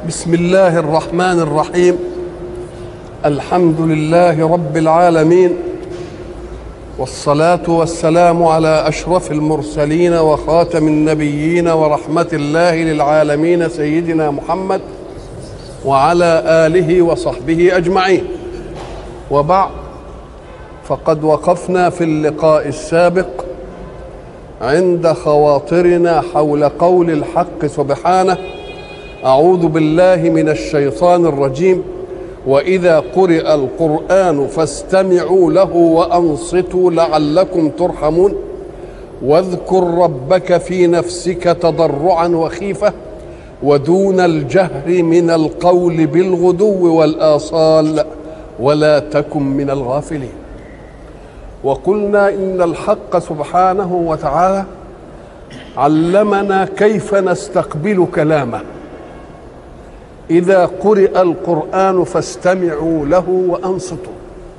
بسم الله الرحمن الرحيم. الحمد لله رب العالمين، والصلاة والسلام على أشرف المرسلين وخاتم النبيين ورحمة الله للعالمين سيدنا محمد وعلى آله وصحبه أجمعين. وبعد، فقد وقفنا في اللقاء السابق عند خواطرنا حول قول الحق سبحانه: أعوذ بالله من الشيطان الرجيم، وإذا قرئ القرآن فاستمعوا له وأنصتوا لعلكم ترحمون، واذكر ربك في نفسك تضرعا وخيفة ودون الجهر من القول بالغدو والآصال ولا تكن من الغافلين. وقلنا إن الحق سبحانه وتعالى علمنا كيف نستقبل كلامه. إذا قرئ القرآن فاستمعوا له وأنصتوا،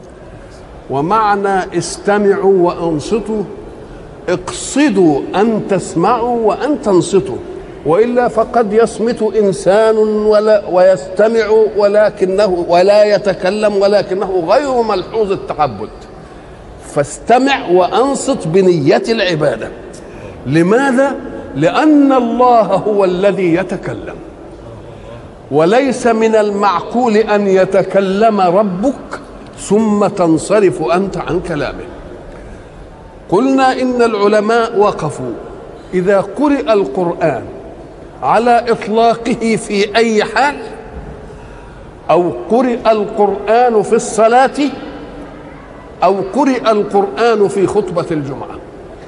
ومعنى استمعوا وأنصتوا اقصدوا أن تسمعوا وأن تنصتوا، وإلا فقد يصمت إنسان ويستمع ولا يتكلم ولكنه غير ملحوظ التعبد. فاستمع وأنصت بنية العبادة. لماذا؟ لأن الله هو الذي يتكلم، وليس من المعقول أن يتكلم ربك ثم تنصرف أنت عن كلامه. قلنا إن العلماء وقفوا إذا قرئ القرآن على إطلاقه في أي حال، أو قرئ القرآن في الصلاة، أو قرئ القرآن في خطبة الجمعة.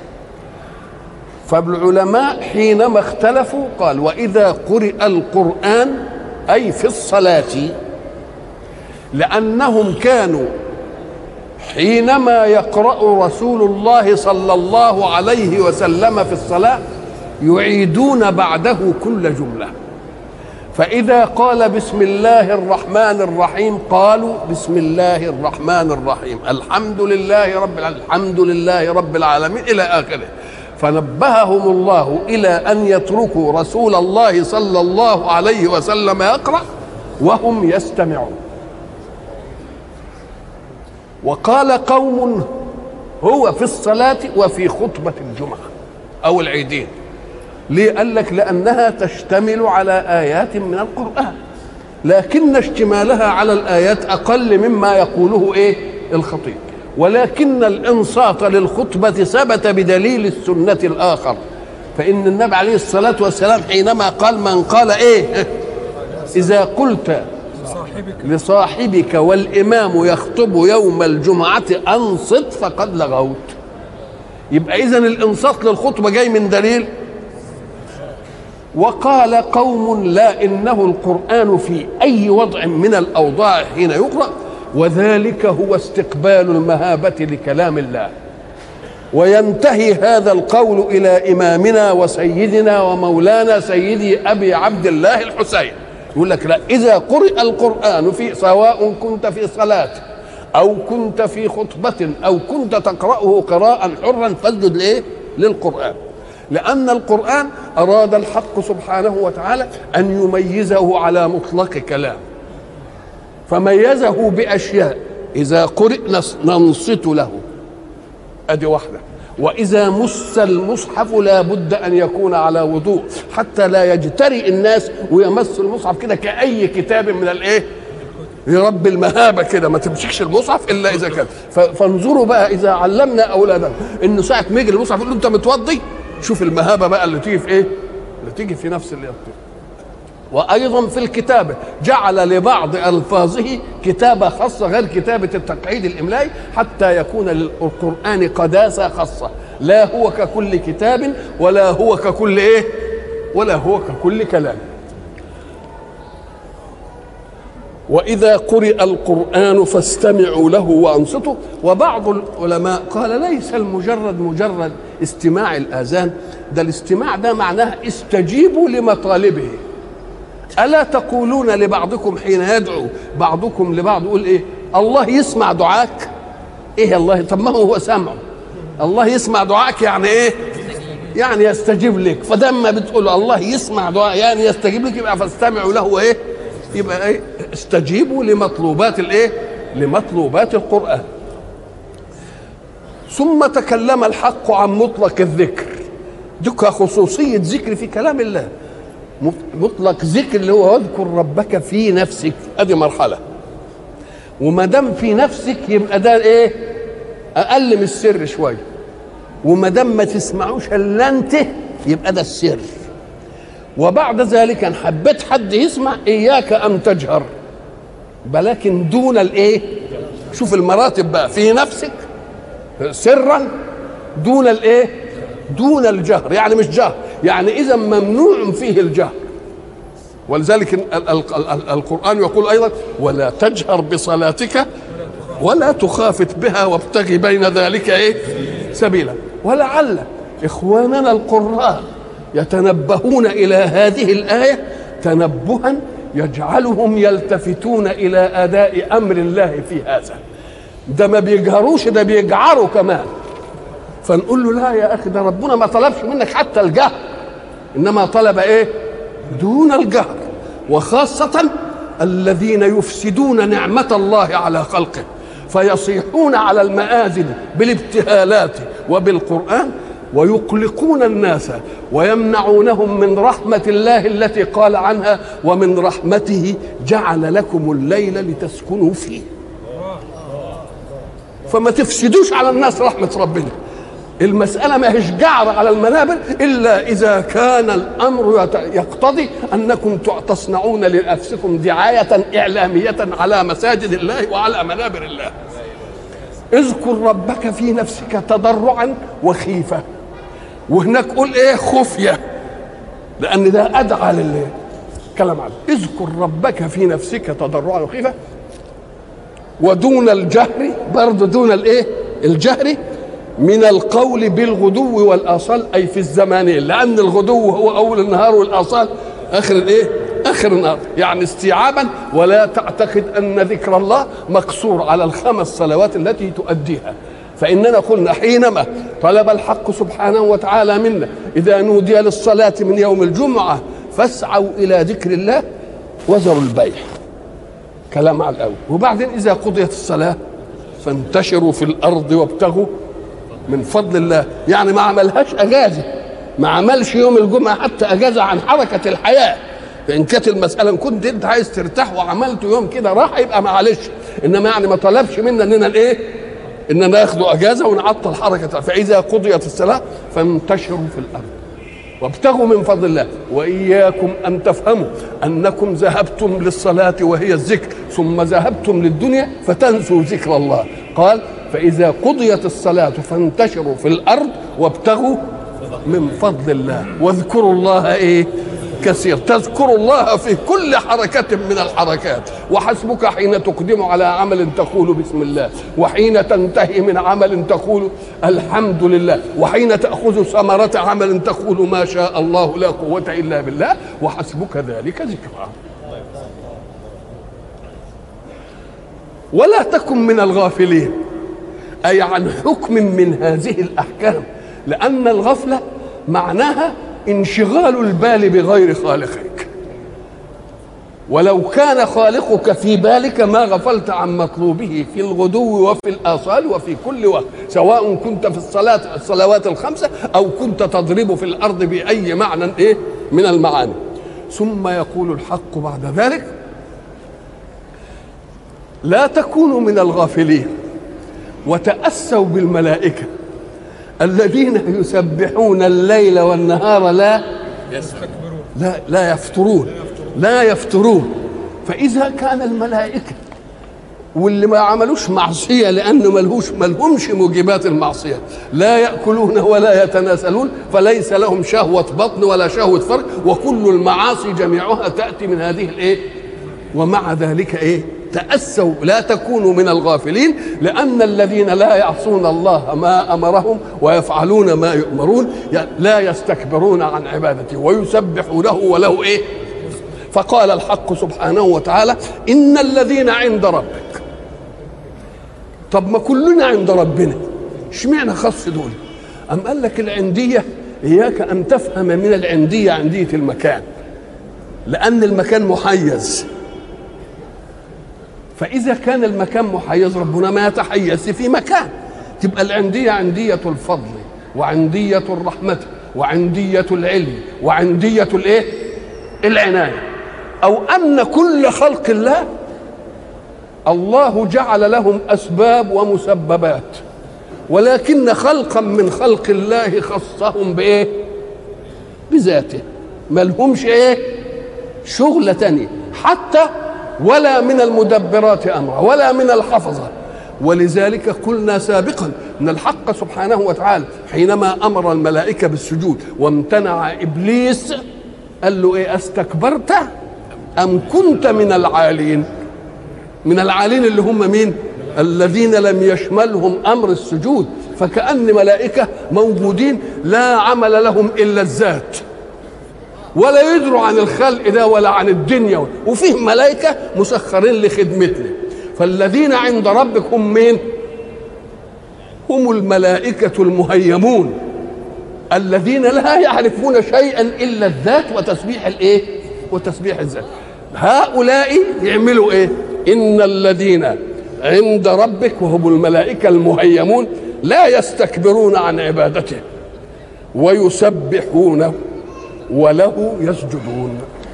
فالعلماء حينما اختلفوا قال: وإذا قرئ القرآن أي في الصلاة، لأنهم كانوا حينما يقرأ رسول الله صلى الله عليه وسلم في الصلاة يعيدون بعده كل جملة. فإذا قال بسم الله الرحمن الرحيم قالوا بسم الله الرحمن الرحيم، الحمد لله رب العالمين إلى آخره. فنبههم الله إلى أن يتركوا رسول الله صلى الله عليه وسلم يقرأ وهم يستمعون. وقال قوم هو في الصلاة وفي خطبة الجمعة أو العيدين. ليه؟ قال لك لأنها تشتمل على آيات من القرآن، لكن اشتمالها على الآيات أقل مما يقوله الخطيب، ولكن الإنصات للخطبة ثبت بدليل السنة الآخر. فإن النبي عليه الصلاة والسلام حينما قال: من قال إذا قلت لصاحبك والإمام يخطب يوم الجمعة أنصت فقد لغوت. يبقى إذن الإنصات للخطبة جاي من دليل. وقال قوم: لا، إنه القرآن في أي وضع من الأوضاع حين يقرأ، وذلك هو استقبال المهابة لكلام الله. وينتهي هذا القول إلى إمامنا وسيدنا ومولانا سيدي أبي عبد الله الحسين، يقول لك: لا، إذا قرئ القرآن سواء كنت في صلاة أو كنت في خطبة أو كنت تقرأه قراء حرا فاسجد للقرآن. لأن القرآن أراد الحق سبحانه وتعالى أن يميزه على مطلق كلام، فميزه بأشياء. إذا قرئ ننصت له، أدي واحدة. وإذا مس المصحف لا بد أن يكون على وضوء، حتى لا يجترئ الناس ويمس المصحف كده كأي كتاب من لرب المهابة كده، ما تمسكش المصحف إلا إذا كان. فانظروا بقى، إذا علمنا أولادنا إنه ساعة ما يجي المصحف يقول له: أنت متوضي؟ شوف المهابة بقى اللي تيجي في اللي تيجي في نفس اللي يطير. وأيضا في الكتابة جعل لبعض ألفاظه كتابة خاصة غير كتابة التقعيد الإملائي، حتى يكون للقرآن قداسة خاصة، لا هو ككل كتاب ولا هو ككل ولا هو ككل كلام. وإذا قرئ القرآن فاستمعوا له وأنصتوا. وبعض العلماء قال: ليس مجرد استماع الآذان، ده الاستماع ده معناه استجيبوا لمطالبه. ألا تقولون لبعضكم حين يدعو بعضكم لبعض يقول الله يسمع دعاك؟ الله؟ طب ما هو سمعه. الله يسمع دعاك يعني يعني يستجيب لك. فدما بتقول الله يسمع دعاء يعني يستجيب لك، يبقى فاستمعوا له يبقى ايه؟ استجيبوا لمطلوبات الايه؟ لمطلوبات القرآن. ثم تكلم الحق عن مطلق الذكر، دك خصوصية ذكر في كلام الله. مطلق ذكر اللي هو واذكر ربك في نفسك، ادي مرحلة. وما دام في نفسك يبقى ده ايه؟ اقل من السر شوية. وما دام ما تسمعوش الا انت يبقى ده السر. وبعد ذلك ان حبيت حد يسمع اياك ان تجهر، ولكن دون الايه؟ شوف المراتب بقى، في نفسك سرا، دون الايه؟ دون الجهر، يعني مش جهر، يعني اذا ممنوع فيه الجهر. ولذلك القرآن يقول ايضا ولا تجهر بصلاتك ولا تخافت بها وابتغي بين ذلك ايه؟ سبيلا. ولعل اخواننا القراء يتنبهون الى هذه الايه تنبها يجعلهم يلتفتون الى اداء امر الله في هذا. ده ما بيجهروش، ده بيجعروا كمان. فنقول له لا يا اخي، ده ربنا ما طلبش منك حتى الجهر، انما طلب ايه؟ دون الجهر. وخاصة الذين يفسدون نعمة الله على خلقه فيصيحون على المآذن بالابتهالات وبالقرآن ويقلقون الناس ويمنعونهم من رحمة الله التي قال عنها ومن رحمته جعل لكم الليل لتسكنوا فيه. فما تفسدوش على الناس رحمة ربنا. المسألة ما هيش جعر على المنابر إلا إذا كان الأمر يقتضي أنكم تصنعون لنفسكم دعاية إعلامية على مساجد الله وعلى منابر الله. اذكر ربك في نفسك تضرعا وخيفة، وهناك قول ايه؟ خفية، لأن ده أدعى للكلام عنه. اذكر ربك في نفسك تضرعا وخيفة ودون الجهر، برضه دون الايه؟ الجهر من القول بالغدو والآصال، أي في الزمانين، لأن الغدو هو أول النهار والآصال آخر الايه؟ آخر النهار، يعني استيعابا. ولا تعتقد أن ذكر الله مقصور على الخمس صلوات التي تؤديها. فإننا قلنا حينما طلب الحق سبحانه وتعالى منا إذا نودي للصلاة من يوم الجمعة فاسعوا إلى ذكر الله وذروا البيع، كلام على الأول. وبعدين إذا قضيت الصلاة فانتشروا في الأرض وابتغوا من فضل الله. يعني ما عملهاش أجازة، ما عملش يوم الجمعة حتى أجازة عن حركة الحياة. فإن كانت المسألة إن كنت أنت عايز ترتاح وعملت يوم كده راحة يبقى معلش، إنما يعني ما طلبش منا إننا الإيه؟ إننا ناخدوا أجازة ونعطل حركة. فإذا قضيت الصلاة فانتشروا في الأرض وابتغوا من فضل الله. وإياكم أن تفهموا أنكم ذهبتم للصلاة وهي الذكر ثم ذهبتم للدنيا فتنسوا ذكر الله. قال فإذا قضيت الصلاة فانتشروا في الأرض وابتغوا من فضل الله واذكروا الله ايه؟ كثير. تذكروا الله في كل حركة من الحركات، وحسبك حين تقدم على عمل تقول بسم الله، وحين تنتهي من عمل تقول الحمد لله، وحين تأخذ ثمرة عمل تقول ما شاء الله لا قوة إلا بالله، وحسبك ذلك ذكرى. ولا تكن من الغافلين، أي عن حكم من هذه الأحكام، لأن الغفلة معناها انشغال البال بغير خالقك. ولو كان خالقك في بالك ما غفلت عن مطلوبه في الغدو وفي الآصال وفي كل وقت، سواء كنت في الصلوات الخمسة أو كنت تضرب في الأرض بأي معنى إيه من المعاني. ثم يقول الحق بعد ذلك لا تكونوا من الغافلين وتأسوا بالملائكة الذين يسبحون الليل والنهار لا يفترون. فإذا كان الملائكة واللي ما عملوش معصية لأنه ملهمش موجبات المعصية، لا يأكلون ولا يتناسلون، فليس لهم شهوة بطن ولا شهوة فرج، وكل المعاصي جميعها تأتي من هذه الإيه؟ ومع ذلك إيه؟ تأسوا. لا تكونوا من الغافلين، لأن الذين لا يعصون الله ما أمرهم ويفعلون ما يؤمرون لا يستكبرون عن عبادته ويسبحونه وله إيه؟ فقال الحق سبحانه وتعالى إن الذين عند ربك. طب ما كلنا عند ربنا، اشمعنى خص دول؟ أم قال لك العندية إياك أن تفهم من العندية عندية المكان، لأن المكان محيز فإذا كان المكان محيز ربنا ما يتحيز في مكان، تبقى العندية عندية الفضل وعندية الرحمة وعندية العلم وعندية الايه؟ العناية. أو أن كل خلق الله الله جعل لهم أسباب ومسببات، ولكن خلقا من خلق الله خصهم بإيه؟ بذاته، ما لهمش إيه؟ شغلة تانية، حتى ولا من المدبرات أمرا ولا من الحفظة. ولذلك قلنا سابقا ان الحق سبحانه وتعالى حينما امر الملائكه بالسجود وامتنع ابليس قال له ايه؟ استكبرت ام كنت من العالين؟ من العالين اللي هم مين؟ الذين لم يشملهم امر السجود، فكأن ملائكه موجودين لا عمل لهم الا الذات، ولا يدروا عن الخلق ده ولا عن الدنيا، وفيه ملائكه مسخرين لخدمتنا. فالذين عند ربك هم مين؟ هم الملائكة المهيمون الذين لا يعرفون شيئا إلا الذات وتسبيح الإيه؟ وتسبيح الذات. هؤلاء يعملوا إيه؟ إن الذين عند ربك وهم الملائكة المهيمون لا يستكبرون عن عبادته ويسبحونه وله يسجدون.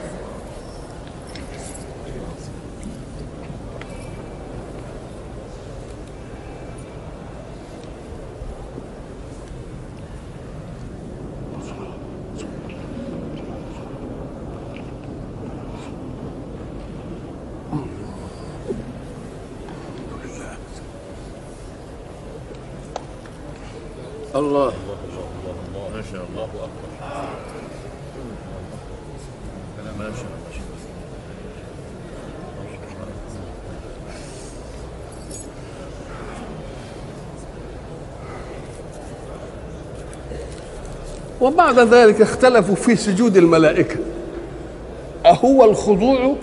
الله ما شاء الله أكبر. ما شاء الله. وبعد ذلك اختلفوا في سجود الملائكة، أهو الخضوع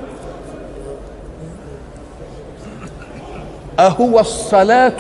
أهو الصلاة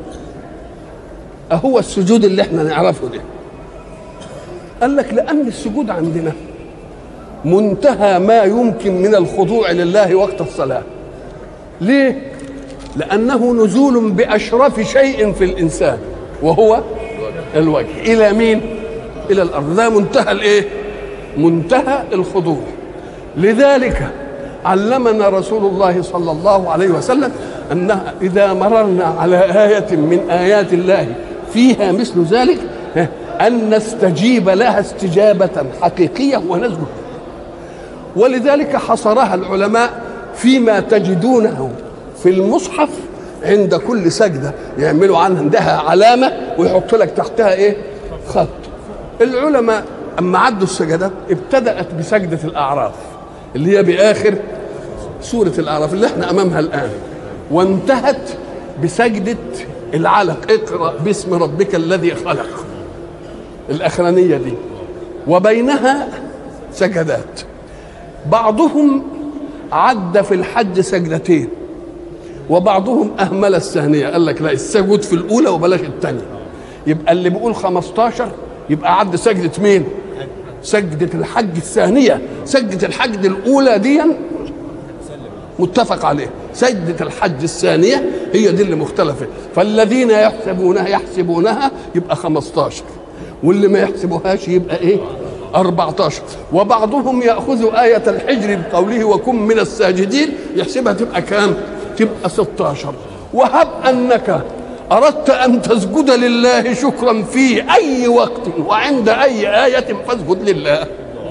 أهو السجود اللي احنا نعرفه ده؟ قال لك لأن السجود عندنا منتهى ما يمكن من الخضوع لله وقت الصلاة. ليه؟ لأنه نزول بأشرف شيء في الإنسان وهو الوجه إلى مين؟ إلى الأرض. ده منتهى الإيه؟ منتهى الخضوع. لذلك علمنا رسول الله صلى الله عليه وسلم أن إذا مررنا على آية من آيات الله فيها مثل ذلك أن نستجيب لها استجابة حقيقية ونسجد. ولذلك حصرها العلماء فيما تجدونه في المصحف عند كل سجدة يعملوا عندها علامة ويحط لك تحتها إيه؟ خط. العلماء أما عدوا السجدات ابتدأت بسجدة الأعراف اللي هي بآخر سورة الأعراف اللي احنا أمامها الآن، وانتهت بسجدة العلق، اقرأ باسم ربك الذي خلق، الأخرانية دي، وبينها سجدات. بعضهم عد في الحج سجدتين وبعضهم أهمل الثانية، قال لك لا السجود في الأولى وبلاش الثانية. يبقى اللي بيقول 15 يبقى عد سجدة مين؟ سجدة الحج الثانية. سجدة الحج الأولى دي متفق عليه، سجدة الحج الثانية هي دي اللي مختلفة. فالذين يحسبونها يبقى 15، واللي ما يحسبوهاش يبقى ايه؟ 14. وبعضهم يأخذ آية الحجر بقوله وكن من الساجدين يحسبها تبقى كام؟ تبقى 16. وهب أنك أردت أن تسجد لله شكرا في أي وقت وعند أي آية فاسجد لله.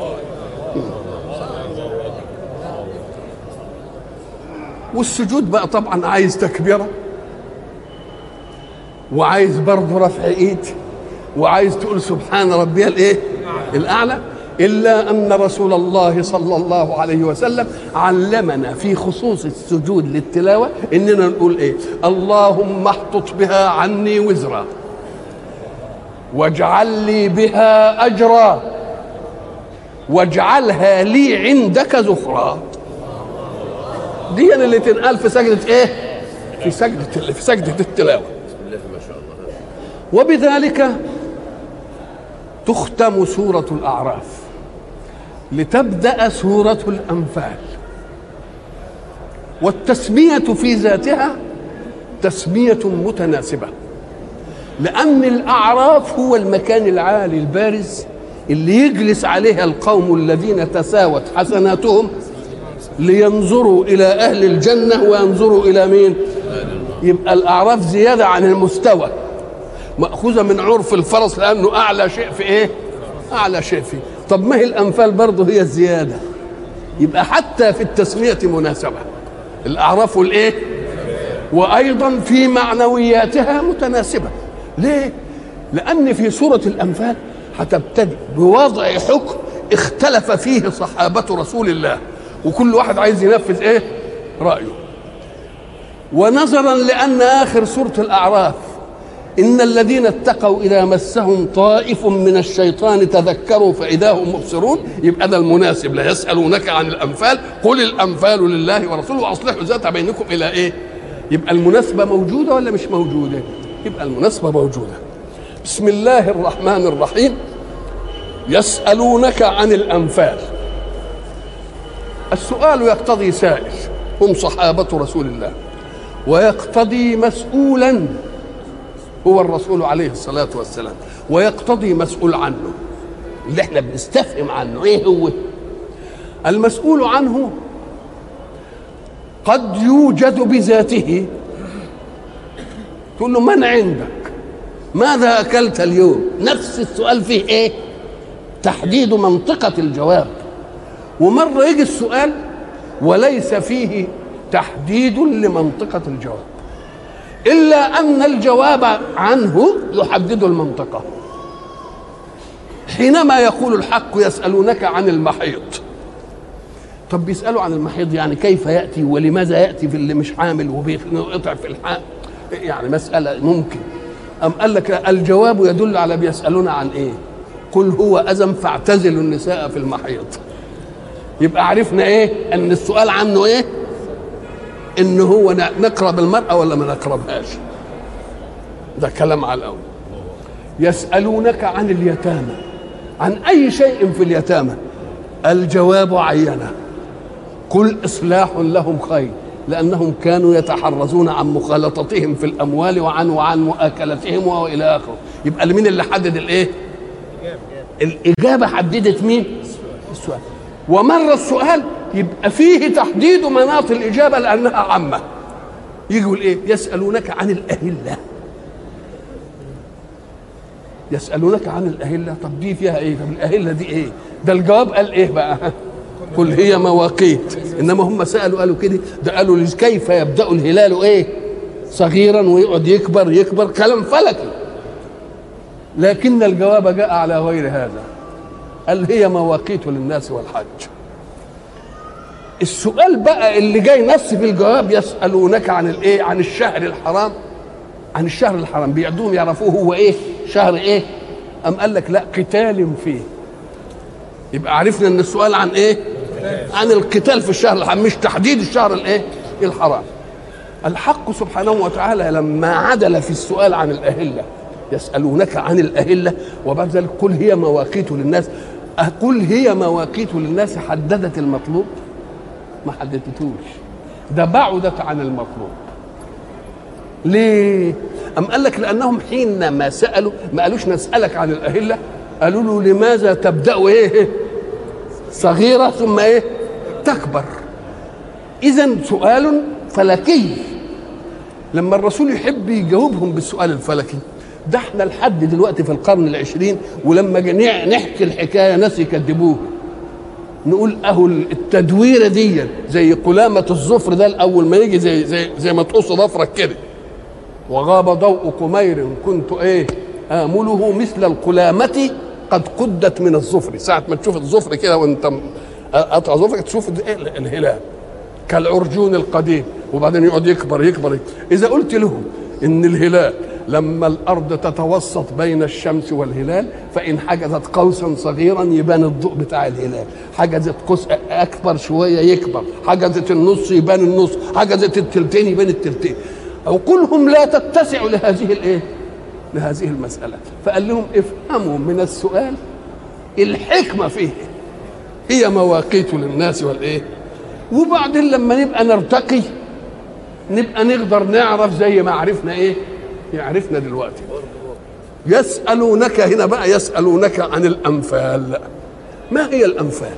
والسجود بقى طبعا عايز تكبيرة وعايز برضه رفع ايد وعايز تقول سبحان ربي الايه الاعلى. الا ان رسول الله صلى الله عليه وسلم علمنا في خصوص السجود للتلاوه اننا نقول ايه؟ اللهم احطط بها عني وزرا واجعل لي بها اجرا واجعلها لي عندك ذخرا. دي اللي تنقال في سجدة ايه؟ في سجدة التلاوة. وبذلك تختم سورة الأعراف لتبدأ سورة الأنفال. والتسمية في ذاتها تسمية متناسبة، لأن الأعراف هو المكان العالي البارز اللي يجلس عليها القوم الذين تساوت حسناتهم لينظروا إلى أهل الجنة وينظروا إلى مين؟ يبقى الأعراف زيادة عن المستوى، مأخوذة من عرف الفرس لأنه أعلى شيء في إيه؟ أعلى شيء فيه. طب ما هي الأنفال برضه هي الزيادة، يبقى حتى في التسمية مناسبة الأعراف والإيه؟ وأيضا في معنوياتها متناسبة. ليه؟ لأن في سورة الأنفال هتبتدئ بوضع حكم اختلف فيه صحابة رسول الله، وكل واحد عايز ينفذ إيه؟ رأيه. ونظرا لأن آخر سورة الأعراف إن الذين اتقوا إذا مسهم طائف من الشيطان تذكروا فإذا هم مبصرون، يبقى ده المناسب. لا يسألونك عن الأنفال قل الأنفال لله ورسوله وأصلحوا ذات بينكم إلى إيه؟ يبقى المناسبة موجودة ولا مش موجودة؟ يبقى المناسبة موجودة. بسم الله الرحمن الرحيم. يسألونك عن الأنفال. السؤال يقتضي سائل، هم صحابة رسول الله، ويقتضي مسؤولا هو الرسول عليه الصلاة والسلام، ويقتضي مسؤول عنه اللي احنا بنستفهم عنه. ايه هو المسؤول عنه؟ قد يوجد بذاته، تقول له من عندك؟ ماذا أكلت اليوم؟ نفس السؤال فيه ايه؟ تحديد منطقة الجواب. ومرة يجي السؤال وليس فيه تحديد لمنطقة الجواب، إلا أن الجواب عنه يحدد المنطقة. حينما يقول الحق يسألونك عن المحيض، طب بيسألوا عن المحيض يعني كيف يأتي ولماذا يأتي في اللي مش حامل وبيقطع في الحامل؟ يعني مسألة ممكن. أم قال لك الجواب يدل على بيسألون عن إيه؟ قل هو أذى فاعتزلوا النساء في المحيض. يبقى عرفنا إيه؟ أن السؤال عنه إيه؟ إن هو نقرب المرأة ولا ما نقربهاش. ده كلام على الأول. يسألونك عن اليتامى، عن أي شيء في اليتامى. الجواب عينه، قل إصلاح لهم خير لأنهم كانوا يتحرزون عن مخالطتهم في الأموال وعن مؤاكلتهم وإلى آخره. يبقى لمين اللي حدد الإيه؟ الإجابة حددت مين؟ السؤال. ومر السؤال يبقى فيه تحديد مناط الإجابة لأنها عامة. يقول إيه؟ يسألونك عن الأهلة. يسألونك عن الأهلة، طب دي فيها إيه؟ طب الأهلة دي إيه؟ ده الجواب قال إيه بقى؟ قل هي مواقيت. إنما هم سألوا قالوا كده، ده قالوا كيف يبدأ الهلال إيه؟ صغيرا ويقعد يكبر كلام فلكي. لكن الجواب جاء على غير هذا، قال هي مواقيت للناس والحج. السؤال بقى اللي جاي نص في الجواب يسألونك عن الايه؟ عن الشهر الحرام. عن الشهر الحرام بيعدوهم يعرفوه هو ايه؟ شهر ايه؟ أم قال لك لا قتال فيه. يبقى عرفنا ان السؤال عن ايه؟ عن القتال في الشهر الحرام، مش تحديد الشهر الايه؟ الحرام. الحق سبحانه وتعالى لما عدل في السؤال عن الأهلة، يسألونك عن الأهلة وبعد ذلك قل هي مواقيت للناس. قل هي مواقيت للناس حددت المطلوب؟ ما حددتوش، ده بعدت عن المطلوب. ليه؟ أم قال لك لأنهم حينما سألوا ما قالوش نسألك عن الأهلة، قالوا له لماذا تبدأ إيه؟ صغيرة ثم إيه؟ تكبر. إذن سؤال فلكي. لما الرسول يحب يجاوبهم بالسؤال الفلكي ده، احنا لحد دلوقتي في القرن العشرين ولما نحكي الحكاية ناس يكذبوه، نقول اهو التدويره دي زي قلامه الظفر ده، الاول ما يجي زي ما تقص ضفرك كده، وغاب ضوء قمير كنت ايه امله مثل القلامه قد قدت من الظفر. ساعه ما تشوف الظفر كده وانت قطع ظفرك تشوف الهلال كالعرجون القديم، وبعدين يقعد يكبر. اذا قلت لهم ان الهلال لما الارض تتوسط بين الشمس والهلال فان حجزت قوسا صغيرا يبان الضوء بتاع الهلال، حجزت قوس اكبر شويه يكبر، حجزت النص يبان النص، حجزت التلتين يبان التلتين. عقولهم لا تتسع لهذه الايه؟ لهذه المساله. فقال لهم افهموا من السؤال الحكمه فيه. هي مواقيت للناس والايه؟ وبعدين لما نبقى نرتقي نبقى نقدر نعرف زي ما عرفنا ايه يعرفنا دلوقتي. يسألونك هنا بقى، يسألونك عن الأنفال. ما هي الأنفال؟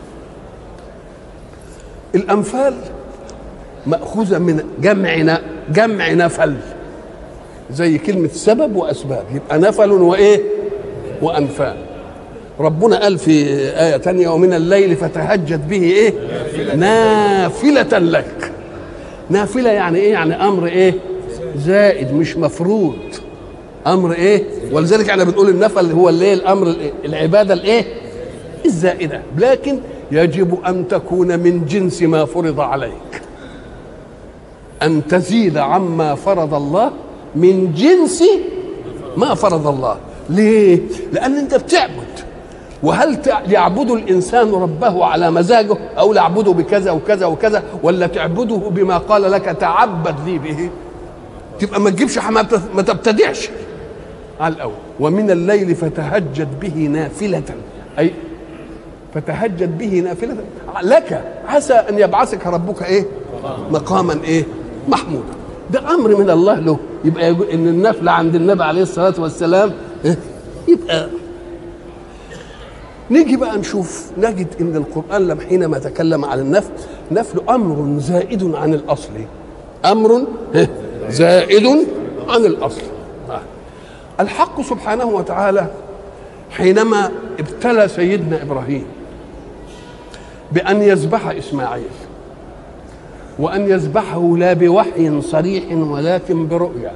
الأنفال مأخوذة من جمع نفل، زي كلمة سبب وأسباب، يبقى نفل وإيه وأنفال. ربنا قال في آية تانية ومن الليل فتهجد به إيه نافلة لك. نافلة يعني إيه؟ يعني أمر إيه زائد مش مفروض، أمر إيه. ولذلك احنا بنقول النفل هو اللي الأمر العبادة الإيه الزائدة، لكن يجب أن تكون من جنس ما فرض عليك، أن تزيد عما فرض الله من جنس ما فرض الله. ليه؟ لأن أنت بتعبد، وهل يعبد الإنسان ربه على مزاجه أو يعبده بكذا وكذا وكذا، ولا تعبده بما قال لك تعبد لي به؟ تبقى ما تجيبش ما تبتدعش على الأول. ومن الليل فتهجد به نافلة، أي فتهجد به نافلة لك عسى أن يبعثك ربك إيه مقاما إيه محمودا. ده أمر من الله له. يبقى إن النفل عند النبي عليه الصلاة والسلام يبقى نيجي بقى نشوف نجد إن القرآن حينما تكلم عن النفل، نفل أمر زائد عن الأصل، أمر زائد عن الأصل. الحق سبحانه وتعالى حينما ابتلى سيدنا إبراهيم بأن يذبح إسماعيل، وأن يذبحه لا بوحي صريح ولكن برؤيا،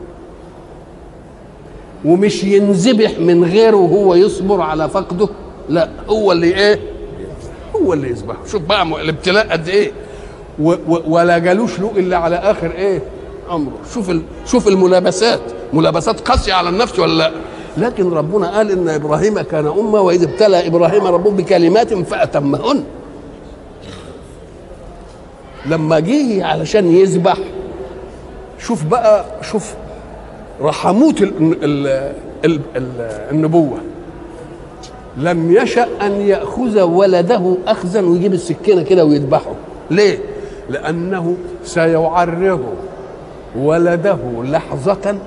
ومش ينذبح من غيره وهو يصبر على فقده، لا هو اللي ايه هو اللي يذبحه. شوف بقى الابتلاء قد ايه، ولا جالوش له الا على اخر ايه امره. شوف ملابسات قاسيه على النفس ولا لا. لكن ربنا قال ان ابراهيم كان امه واذ ابتلى ابراهيم ربه بكلمات فاتمهن. لما جه علشان يذبح، شوف رحموت النبوه، لم يشأ أن يأخذ ولده أخذا ويجيب السكينة كده ويذبحه. ليه؟ لأنه سيعرض ولده لحظة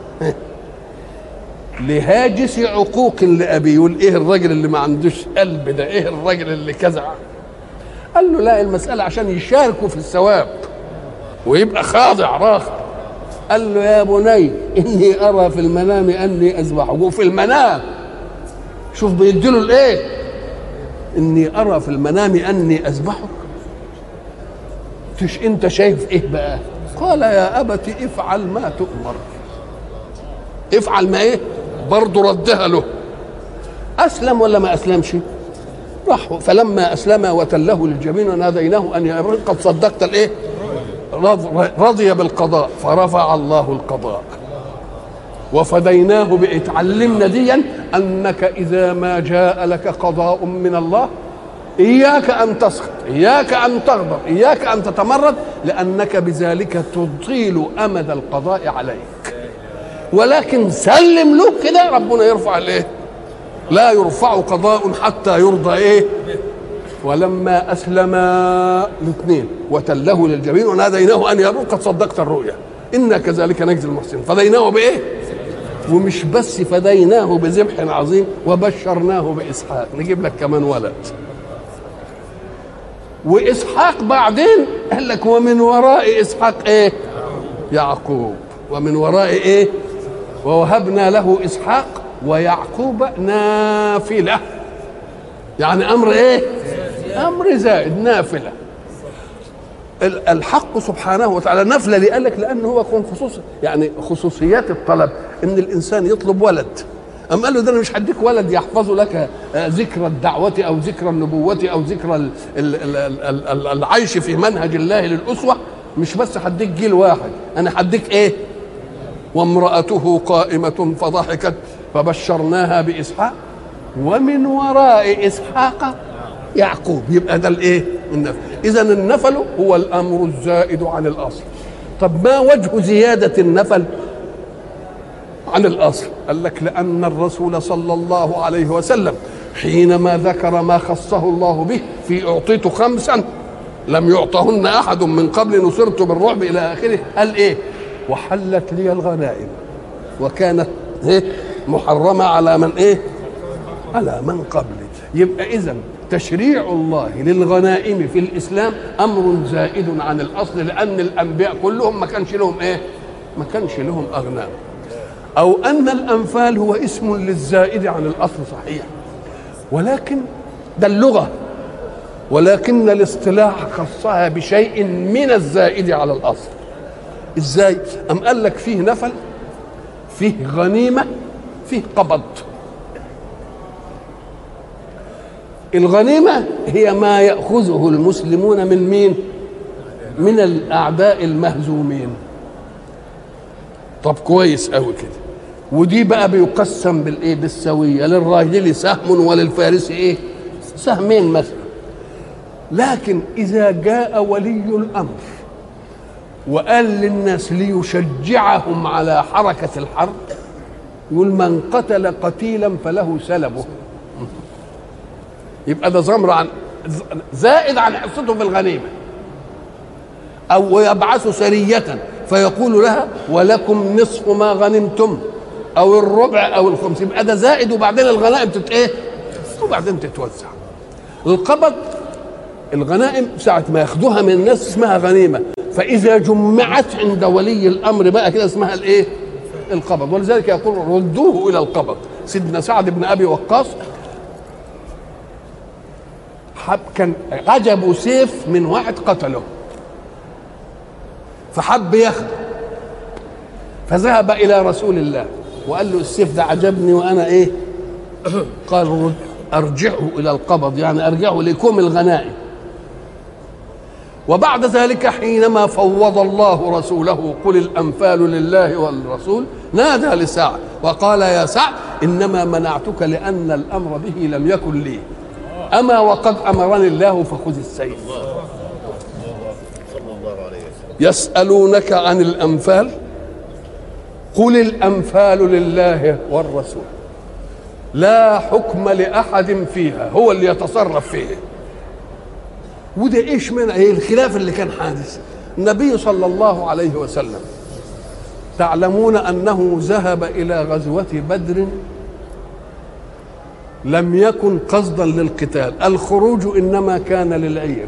لهاجس عقوق لأبيه. يقول إيه الراجل اللي ما عندوش قلب ده، إيه الراجل اللي كذا. قال له لا، المسألة عشان يشاركوا في الثواب ويبقى خاضع راخر. قال له يا بني إني أرى في المنام أني أذبحه. وفي المنام شوف بيديله الايه، اني ارى في المنام اني اذبحك. انت شايف ايه بقى؟ قال يا ابت افعل ما تؤمر. افعل ما ايه برضه ردها له. اسلم ولا ما اسلمش؟ راح فلما اسلم وتله للجبين وناديناه ان يا ابراهيم قد صدقت الايه رضي بالقضاء فرفع الله القضاء وفديناه بإتعلمنا ديا أنك إذا ما جاء لك قضاء من الله إياك أن تسخط، إياك أن تغضب، إياك أن تتمرد، لأنك بذلك تطيل أمد القضاء عليك. ولكن سلم له كده ربنا يرفع الإيه؟ لا يرفع قضاء حتى يرضى إيه؟ ولما أسلم الاثنين وتله للجبين وناديناه أن يا ابن قد صدقت الرؤيا إنا كذلك نجزي المحسنين. فديناه بإيه؟ ومش بس فديناه بذبح عظيم وبشرناه بإسحاق. نجيب لك كمان ولد. وإسحاق بعدين قال لك ومن وراء إسحاق إيه؟ يعقوب. ومن وراء إيه؟ ووهبنا له إسحاق ويعقوب نافلة. يعني أمر إيه؟ أمر زائد نافلة. الحق سبحانه وتعالى نفلة اللي قال لك لأنه هو يعني خصوصيات الطلب ان الانسان يطلب ولد. أم قال له ده انا مش هديك ولد يحفظ لك ذكرى الدعوة او ذكرى النبوة او ذكرى العيش في منهج الله للأسوة، مش بس هديك جيل واحد، انا هديك ايه؟ وامرأته قائمة فضحكت فبشرناها بإسحاق ومن وراء إسحاق يعقوب. يبقى ده الايه؟ النفل. اذا النفل هو الامر الزائد عن الاصل. طب ما وجه زيادة النفل عن الاصل؟ قال لك لان الرسول صلى الله عليه وسلم حينما ذكر ما خصه الله به في اعطيت خمسا لم يعطهن احد من قبل نصرت بالرعب الى اخره. قال ايه؟ وحلت لي الغنائم وكانت ايه؟ محرمه على من ايه؟ على من قبلي. يبقى اذا تشريع الله للغنائم في الاسلام امر زائد عن الاصل، لان الانبياء كلهم ما كانش لهم ايه؟ ما كانش لهم اغنام. او ان الانفال هو اسم للزائد عن الاصل صحيح، ولكن ده اللغه، ولكن الاصطلاح خصها بشيء من الزائد على الاصل. ازاي؟ ام قال لك فيه نفل، فيه غنيمه، فيه قبض. الغنيمه هي ما ياخذه المسلمون من مين؟ من الاعداء المهزومين. طب كويس قوي كده. ودي بقى بيقسم بالايه؟ بالسويه، للراجل سهم وللفارس ايه؟ سهمين مثلا. لكن اذا جاء ولي الامر وقال للناس ليشجعهم على حركه الحرب، يقول من قتل قتيلا فله سلبه. يبقى ده زمر عن زائد عن حصته في الغنيمه. او يبعث سريه فيقول لها ولكم نصف ما غنمتم او الربع او الخمس، يبقى ده زائد، وبعدين الغنائم ايه؟ وبعدين تتوزع. القبض الغنائم ساعه ما ياخدوها من الناس اسمها غنيمه، فاذا جمعت عند ولي الامر بقى كده اسمها الايه؟ القبض. ولذلك يقول ردوه الى القبض. سيدنا سعد بن ابي وقاص كان عجبوا سيف من واحد قتله، فحب ياخده، فذهب الى رسول الله وقال له السيف ده عجبني وانا ايه؟ قال ارجعه الى القبض، يعني ارجعه لكم الغنائم. وبعد ذلك حينما فوض الله رسوله قل الانفال لله والرسول، نادى لسعد وقال يا سعد انما منعتك لان الامر به لم يكن لي، اما وقد امرني الله فخذ السيف. يسألونك عن الأنفال قل الأنفال لله والرسول لا حكم لأحد فيها، هو اللي يتصرف فيه. وده ايش من ايه الخلاف اللي كان حادث؟ النبي صلى الله عليه وسلم تعلمون أنه ذهب إلى غزوة بدر لم يكن قصدا للقتال، الخروج إنما كان للعير،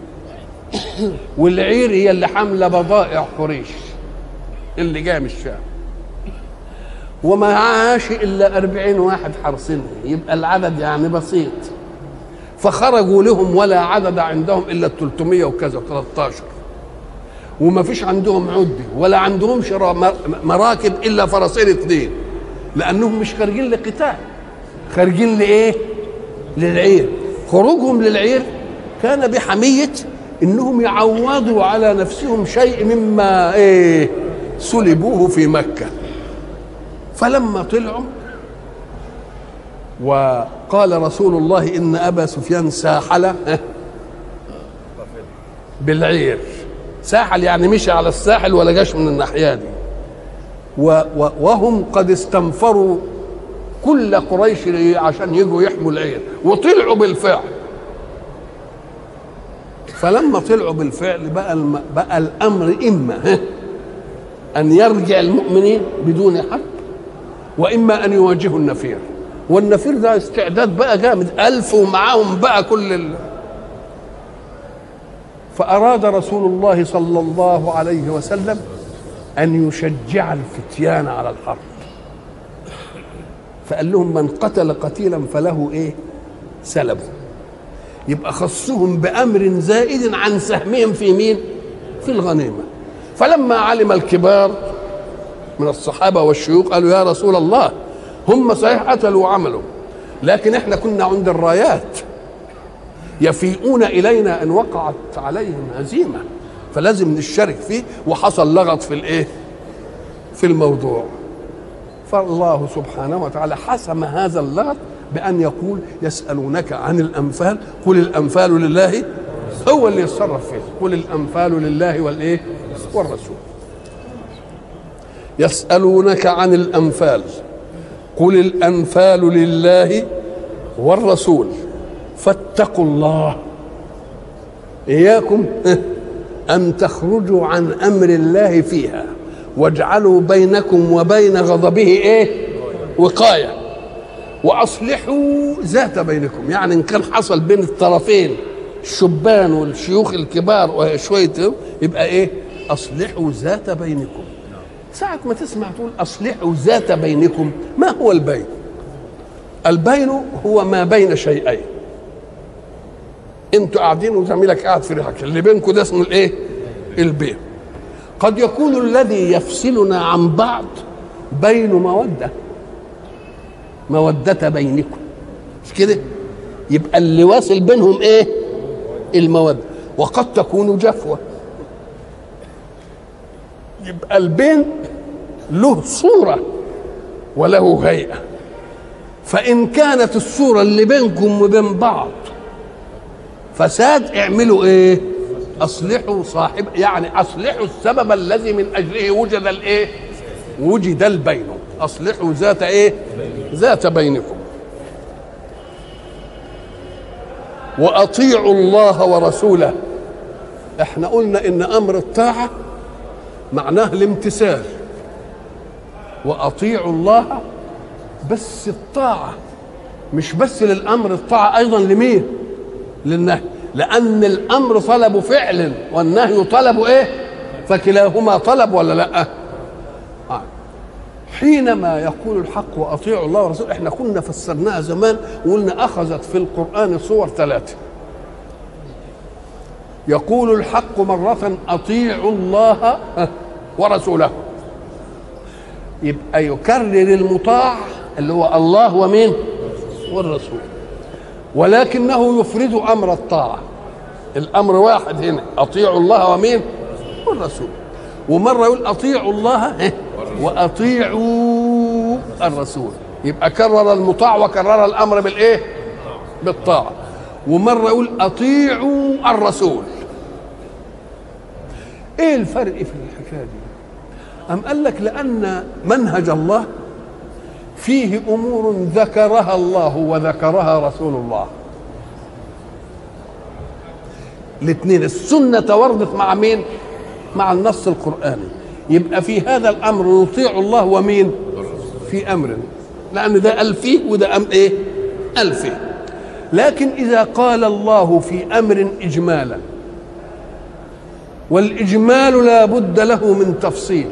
والعير هي اللي حامله بضائع قريش اللي جاء من الشام، وما عاش الا 40 واحد حرسنه، يبقى العدد يعني بسيط. فخرجوا لهم ولا عدد عندهم الا 300 وكذا 13، وما فيش عندهم عده ولا عندهمش مراكب الا فرسين 2، لانهم مش خارجين لقتال، خارجين لايه؟ للعير. خروجهم للعير كان بحميه انهم يعوضوا على نفسهم شيء مما ايه سلبوه في مكة. فلما طلعوا وقال رسول الله ان ابا سفيان ساحل بالعير، ساحل يعني مشي على الساحل ولا جاش من الناحية دي، وهم قد استنفروا كل قريش عشان يجوا يحموا العير، وطلعوا بالفعل. فلما طلعوا بالفعل بقى الامر اما ان يرجع المؤمنين بدون حرب، واما ان يواجهوا النفير. والنفير ده استعداد بقى جامد، 1000 ومعاهم بقى فاراد رسول الله صلى الله عليه وسلم ان يشجع الفتيان على الحرب، فقال لهم من قتل قتيلا فله ايه؟ سلبه. يبقى خصهم بأمر زائد عن سهمهم في مين؟ في الغنيمة. فلما علم الكبار من الصحابة والشيوخ قالوا يا رسول الله هم صحيح قتلوا وعملوا، لكن احنا كنا عند الرايات يفيئون إلينا أن وقعت عليهم هزيمة، فلازم نشارك فيه. وحصل لغط في الايه؟ في الموضوع. فالله سبحانه وتعالى حسم هذا اللغط بأن يقول يسألونك عن الأنفال قل الأنفال لله، هو اللي يتصرف فيه. قل الأنفال لله والإيه؟ والرسول. يسألونك عن الأنفال قل الأنفال لله والرسول فاتقوا الله إياكم أن تخرجوا عن أمر الله فيها واجعلوا بينكم وبين غضبه إيه؟ وقاية. وأصلحوا ذات بينكم، يعني إن كان حصل بين الطرفين الشبان والشيوخ الكبار وشوية يبقى إيه؟ أصلحوا ذات بينكم. ساعة ما تسمع تقول أصلحوا ذات بينكم، ما هو البين؟ البين هو ما بين شيئين. انتوا قاعدين وزميلك قاعد في ريحك، اللي بينكم ده اسمه الايه؟ البين. قد يكون الذي يفصلنا عن بعض بين مودة بينكم، مش كده؟ يبقى اللي واصل بينهم ايه؟ المودة. وقد تكون جفوة، يبقى البين له صورة وله هيئة. فإن كانت الصورة اللي بينكم وبين بعض فساد، اعملوا ايه؟ اصلحوا صاحب، يعني اصلحوا السبب الذي من اجله وجد الايه؟ وجد البين. اصلحوا ذات ايه؟ ذات بينكم. واطيعوا الله ورسوله. احنا قلنا ان امر الطاعه معناه الامتثال. واطيعوا الله، بس الطاعه مش بس للامر، الطاعه ايضا لمين؟ للنهي، لأن الأمر طلب فعل والنهي طلب إيه؟ فكلاهما طلب ولا لأ؟ حينما يقول الحق وأطيعوا الله ورسوله، إحنا كنا فسرناها زمان وقلنا أخذت في القرآن صور 3. يقول الحق مرة أطيعوا الله ورسوله، يبقى يكرر المطاع اللي هو الله ومين؟ والرسول، ولكنه يفرد امر الطاعه. الامر واحد هنا، اطيعوا الله ومين؟ والرسول. ومره يقول اطيعوا الله واطيعوا الرسول، يبقى كرر المطاع وكرر الامر بالايه؟ بالطاعه. ومره يقول اطيعوا الرسول. ايه الفرق في الحكايه دي؟ أم قال لك لان منهج الله فيه امور ذكرها الله وذكرها رسول الله. الاثنين، السنه وردت مع مين؟ مع النص القراني. يبقى في هذا الامر نطيع الله ومين؟ في امر، لان ده قال فيه وده ايه؟ قال فيه. لكن اذا قال الله في امر اجمالا، والاجمال لا بد له من تفصيل.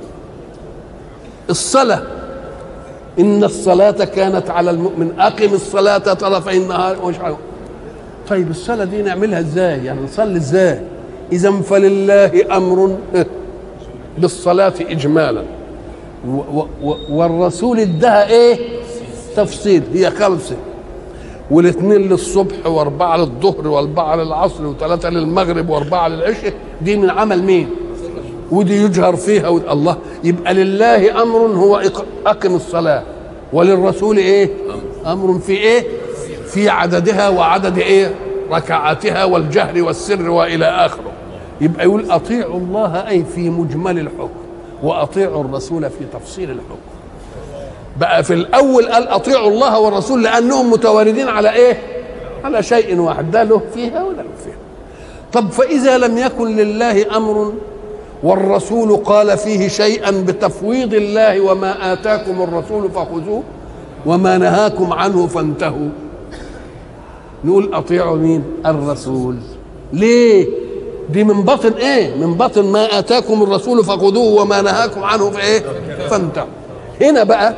الصلاه، إن الصلاة كانت على المؤمن، أقم الصلاة طرفي النهار ومش عارف. طيب الصلاة دي نعملها إزاي؟ يعني نصلي إزاي؟ إذا فلله أمر بالصلاة إجمالا، والرسول ادها إيه؟ تفصيل. هي 5، والاثنين للصبح، و4 للظهر، و4 للعصر، و3 للمغرب، و4 للعشاء. دي من عمل مين؟ ودي يجهر فيها الله. يبقى لله امر هو اقم الصلاه، وللرسول ايه؟ امر في ايه؟ في عددها وعدد ايه؟ ركعاتها والجهر والسر والى اخره. يبقى يقول اطيعوا الله اي في مجمل الحكم، واطيعوا الرسول في تفصيل الحكم. بقى في الاول قال اطيعوا الله والرسول لانهم متواردين على ايه؟ على شيء واحد، ده له فيها ولا له فيها. طب فاذا لم يكن لله امر والرسول قال فيه شيئا بتفويض الله، وما آتاكم الرسول فخذوه وما نهاكم عنه فانتهوا، نقول أطيعوا مين؟ الرسول. ليه؟ دي من بطن ايه؟ من بطن ما آتاكم الرسول فخذوه وما نهاكم عنه فايه؟ فانتهوا. هنا بقى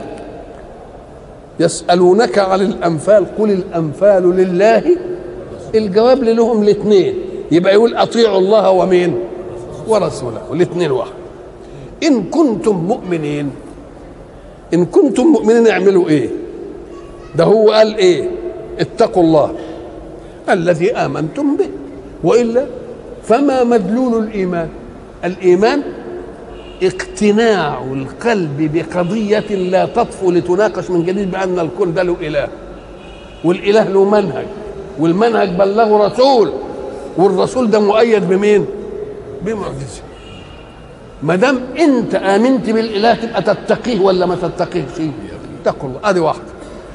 يسألونك عن الأنفال قل الأنفال لله، الجواب لهم الاثنين. يبقى يقول أطيعوا الله ومين؟ ورسوله، الاثنين واحد. إن كنتم مؤمنين، إن كنتم مؤمنين اعملوا إيه؟ ده هو قال إيه؟ اتقوا الله الذي آمنتم به، وإلا فما مدلول الإيمان؟ الإيمان اقتناع القلب بقضية لا تطفو لتناقش من جديد بأن الكل ده له إله، والإله له منهج، والمنهج بلغه رسول، والرسول ده مؤيد بمين؟ بمعجزة. ما دام انت امنت بالاله تبقى تتقيه ولا ما تتقيهش؟ اتقوا الله. ادي واحده.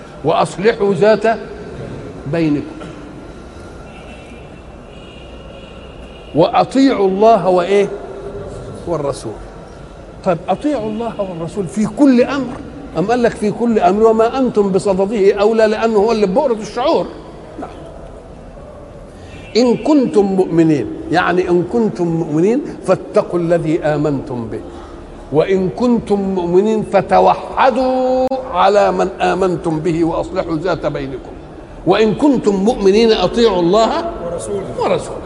واصلحوا ذات بينكم. وأطيعوا الله وإيه والرسول. طيب أطيعوا الله والرسول في كل أمر، أم قال لك في كل أمر وما أنتم بصدده أولى، لأنه هو اللي بؤرة الشعور. نعم. إن كنتم مؤمنين، يعني إن كنتم مؤمنين فاتقوا الذي آمنتم به، وإن كنتم مؤمنين فتوحدوا على من آمنتم به وأصلحوا ذات بينكم، وإن كنتم مؤمنين أطيعوا الله ورسوله.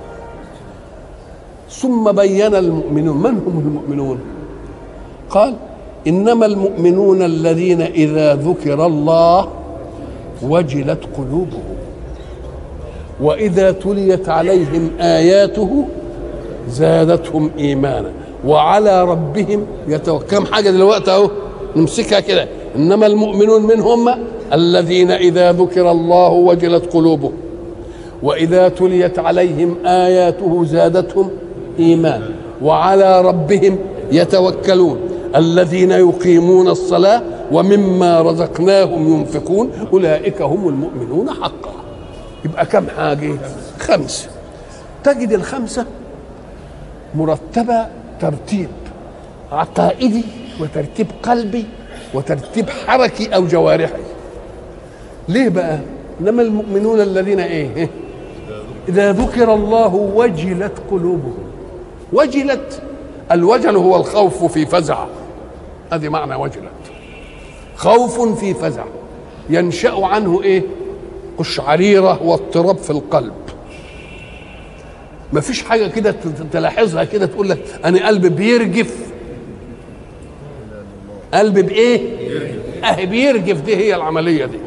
ثم بين المؤمنون. من هم المؤمنون؟ قال إنما المؤمنون الذين إذا ذكر الله وجلت قلوبهم وإذا تليت عليهم آياته زادتهم إيمانا وعلى ربهم يتوكلون. كم حاجة دلوقتي أهو نمسكها كده. إنما المؤمنون منهم الذين إذا ذكر الله وجلت قلوبهم وإذا تليت عليهم آياته زادتهم إيمانا وعلى ربهم يتوكلون الذين يقيمون الصلاة ومما رزقناهم ينفقون أولئك هم المؤمنون حقا. يبقى كم حاجة؟ 5. تجد ال5 مرتبة ترتيب عقائدي وترتيب قلبي وترتيب حركي أو جوارحي. ليه بقى؟ إنما المؤمنون الذين إيه؟ إذا ذكر الله وجلت قلوبهم. وجلت، الوجل هو الخوف في فزع، هذه معنى وجلت، خوف في فزع ينشأ عنه إيه؟ قشعريرة واضطراب في القلب. ما فيش حاجة كده تلاحظها كده تقول لك أنا قلبي بيرجف. قلبي بإيه؟ بيرجف. دي هي العملية دي.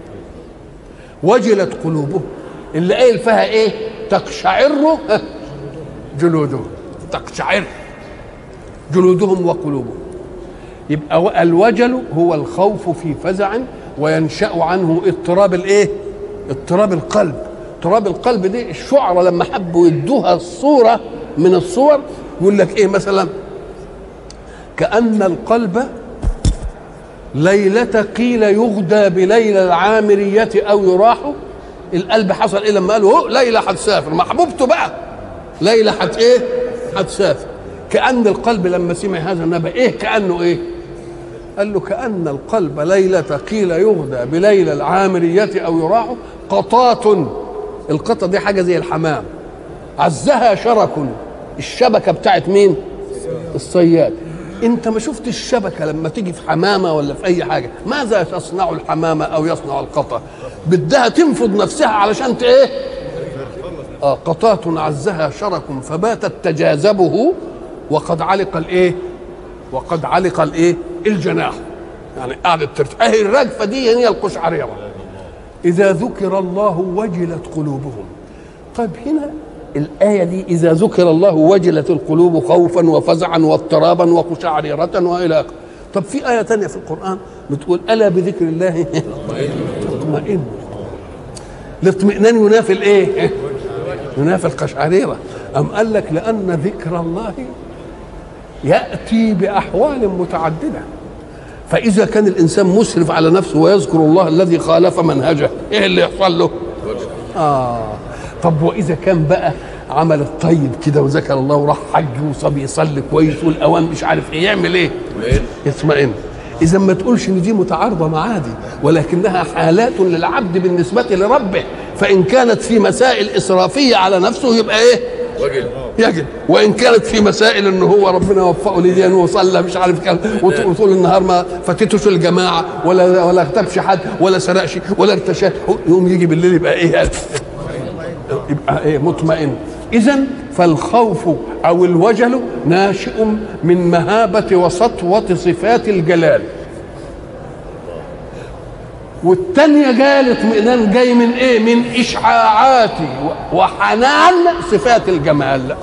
وجلت قلوبهم اللي قايل فيها إيه؟ تقشعر جلودهم. تقشعر جلودهم وقلوبهم. يبقى الوجل هو الخوف في فزع وينشأ عنه اضطراب الايه؟ اضطراب القلب. اضطراب القلب دي الشعراء لما حبوا يدوها الصورة من الصور يقول لك ايه مثلا؟ كأن القلب ليلة قيل يغدى بليلة العامرية أو يراح. القلب حصل ايه لما قالوا ليلة هتسافر، محبوبته بقى ليلة هتسافر. كأن القلب لما سمع هذا النبأ ايه؟ كأنه ايه؟ قال له كأن القلب ليلة قيل يغدى بليلة العامرية أو يراح قطاة. القطة دي حاجة زي الحمام، عزها شرك. الشبكة بتاعت مين؟ الصياد. انت ما شفت الشبكة لما تيجي في حمامة ولا في اي حاجة ماذا تصنع الحمامة او يصنع القطة؟ بدها تنفض نفسها علشان ايه؟ قطاة عزها شرك فباتت تجاذبه وقد علق الايه؟ وقد علق الايه؟ الجناح. يعني قعدت ترتاح. الرجفة دي هي القشعريرة. إذا ذكر الله وجلت قلوبهم. طيب هنا الآية دي إذا ذكر الله وجلت القلوب خوفا وفزعا واضطرابا وقشعريرة وإلى آخره. طب في آية تانية في القرآن بتقول ألا بذكر الله تطمئن. الاطمئنان ينافي الإيه؟ ينافي القشعريرة. أم قال لك لأن ذكر الله يأتي بأحوال متعددة. فإذا كان الإنسان مسرف على نفسه ويذكر الله الذي خالف منهجه إيه اللي يحصل له؟ طب وإذا كان بقى عمل الطيب كده وذكر الله وراح حج وصبي يصلي كويس والأوان مش عارف إيه يعمل إيه؟ يطمئن. إذا ما تقولش إن دي متعارضة مع دي، ولكنها حالات للعبد بالنسبة لربه. فإن كانت في مسائل إسرافية على نفسه يبقى إيه؟ يجب. وان كانت في مسائل ان هو ربنا وفقه لدين وصلى مش عارف كام وطول النهار ما فاتتوش الجماعه ولا اغتابش حد ولا سرقش ولا ارتشى، يقوم يجي بالليل يبقى ايه؟ يبقى ايه؟ مطمئن. اذا فالخوف او الوجل ناشئ من مهابه وسطوه صفات الجلال. والتانية جاية الاطمئنان جاي من ايه؟ من اشعاعات وحنان صفات الجمال.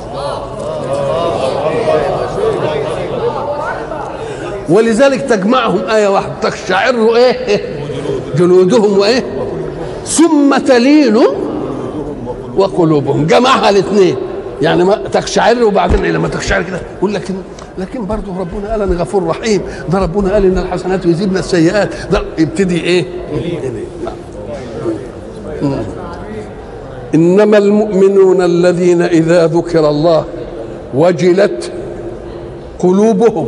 ولذلك تجمعهم آية واحدة تقشعر ايه؟ جلودهم وايه؟ ثم تلين وقلوبهم. جمعها الاثنين. يعني ما تقشعر وبعدين لما تقشعر كده يقول لكن برضه ربنا قال انا غفور رحيم، ده ربنا قال ان الحسنات يذهبن السيئات، ده يبتدي ايه؟ إنما المؤمنون الذين إذا ذكر الله وجلت قلوبهم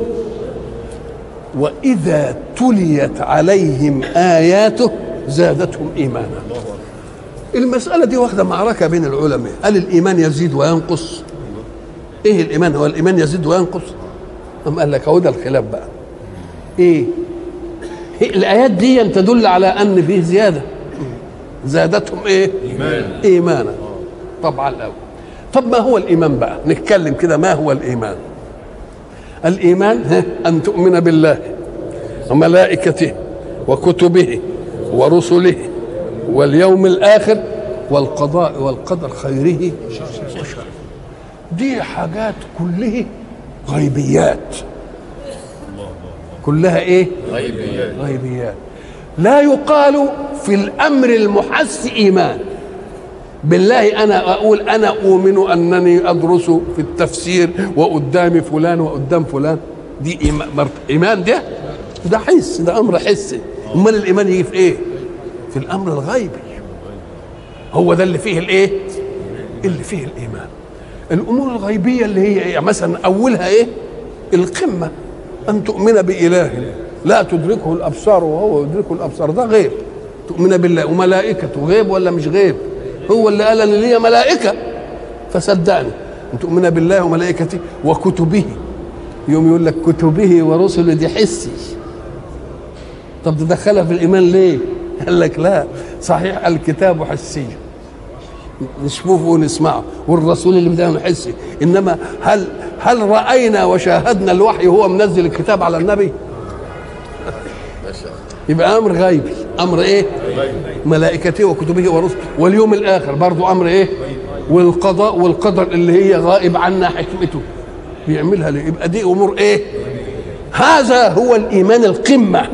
وإذا تليت عليهم آياته زادتهم إيمانا. المسألة دي واخدة معركة بين العلماء، هل الإيمان يزيد وينقص؟ إيه الإيمان؟ هو الإيمان يزيد وينقص؟ أم قال لك هو ده الخلاف بقى. إيه؟ الآيات دي تدل على أن فيه زيادة، زادتهم إيه؟ إيمانا. طبعا الأول. طب ما هو الإيمان بقى؟ نتكلم كده، ما هو الإيمان؟ الإيمان أن تؤمن بالله وملائكته وكتبه ورسله واليوم الآخر والقضاء والقدر خيره وشره. دي حاجات كلها غيبيات، كلها ايه؟ غيبيات. لا يقال في الأمر المحس إيمان. بالله أنا أقول أنا أؤمن أنني أدرس في التفسير وقدامي فلان وقدام فلان، دي إيمان. ده حس، ده أمر حسي. أمال الإيمان يجي في إيه؟ في الأمر الغيبي. هو ده اللي فيه الإيه؟ اللي فيه الإيمان. الأمور الغيبية اللي هي إيه؟ مثلا أولها إيه؟ القمة، أن تؤمن بإله لا تدركه الأبصار وهو يدركه الأبصار، ده غيب. تؤمن بالله وملائكته، غيب ولا مش غيب؟ هو اللي قال اللي هي ملائكة فصدقني. أن تؤمن بالله وملائكته وكتبه، يوم يقول لك كتبه ورسله، دي حسي. طب تدخلها في الإيمان ليه؟ قال لك لا، صحيح الكتاب حسي نشوفه ونسمعه، والرسول اللي بدأنا حسي، إنما هل رأينا وشاهدنا الوحي وهو منزل الكتاب على النبي؟ يبقى أمر غيبي. أمر إيه؟ ملائكته وكتبه ورسله واليوم الآخر برضو أمر إيه؟ والقضاء والقدر اللي هي غائب عنا حكمته بيعملها ليه؟ يبقى دي أمور إيه؟ هذا هو الإيمان القمة.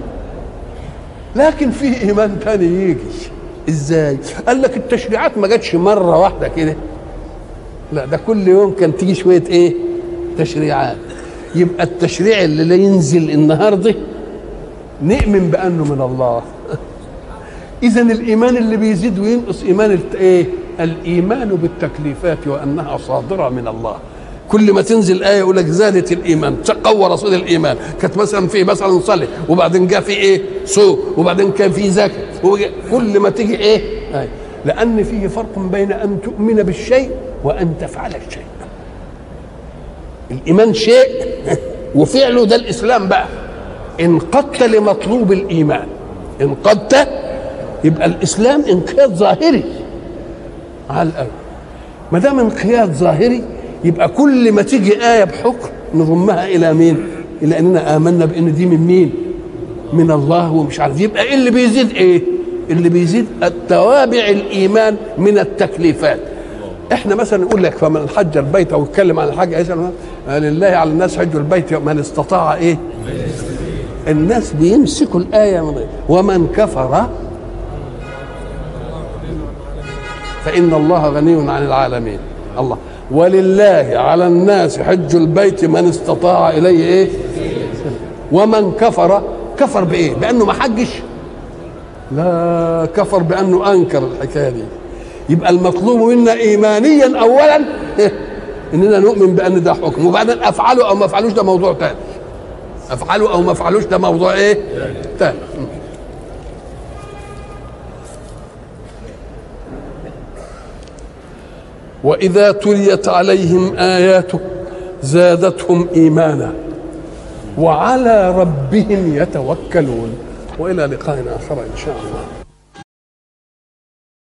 لكن فيه إيمان تاني يجي إزاي؟ قال لك التشريعات ما جاتش مرة واحدة كده، لا، ده كل يوم كان تيجي شوية إيه؟ تشريعات. يبقى التشريع اللي ينزل النهارده نؤمن بأنه من الله. إذن الإيمان اللي بيزيد وينقص إيمان إيه؟ الإيمان بالتكليفات وأنها صادرة من الله. كل ما تنزل آية يقول لك زادت الإيمان، قوى رصيد الإيمان. كانت مثلا في مثلا صلي، وبعدين جاء في إيه؟ صوم، وبعدين كان في زكاة، كل ما تيجي إيه؟ آية. لأن فيه فرق بين أن تؤمن بالشيء وأن تفعل الشيء. الإيمان شيء وفعله ده الإسلام بقى. انقدت لمطلوب الإيمان، انقدت، يبقى الإسلام انقياد ظاهري على الأول. ما دام انقياد ظاهري يبقى كل ما تيجي آية بحكم نضمها إلى مين؟ إلى أننا آمنا بأن دي من مين؟ من الله ومش عارف. يبقى إيه اللي بيزيد؟ إيه اللي بيزيد؟ التوابع الإيمان من التكليفات. احنا مثلا نقول لك فمن حج البيت او يتكلم عن الحج لله على الناس حج البيت من استطاع ايه؟ الناس بيمسكوا الايه ومن كفر فان الله غني عن العالمين. الله ولله على الناس حج البيت من استطاع اليه ايه؟ ومن كفر، كفر بايه؟ بانه ما حجش؟ لا، كفر بانه انكر الحكايه دي. يبقى المطلوب منا ايمانيا اولا اننا نؤمن بان ده حكم، وبعدين افعله او ما افعلوش ده موضوع ثاني. افعله او ما افعلوش ده موضوع ايه؟ ثاني. واذا تليت عليهم اياته زادتهم ايمانا وعلى ربهم يتوكلون. والى لقاء اخر ان شاء الله.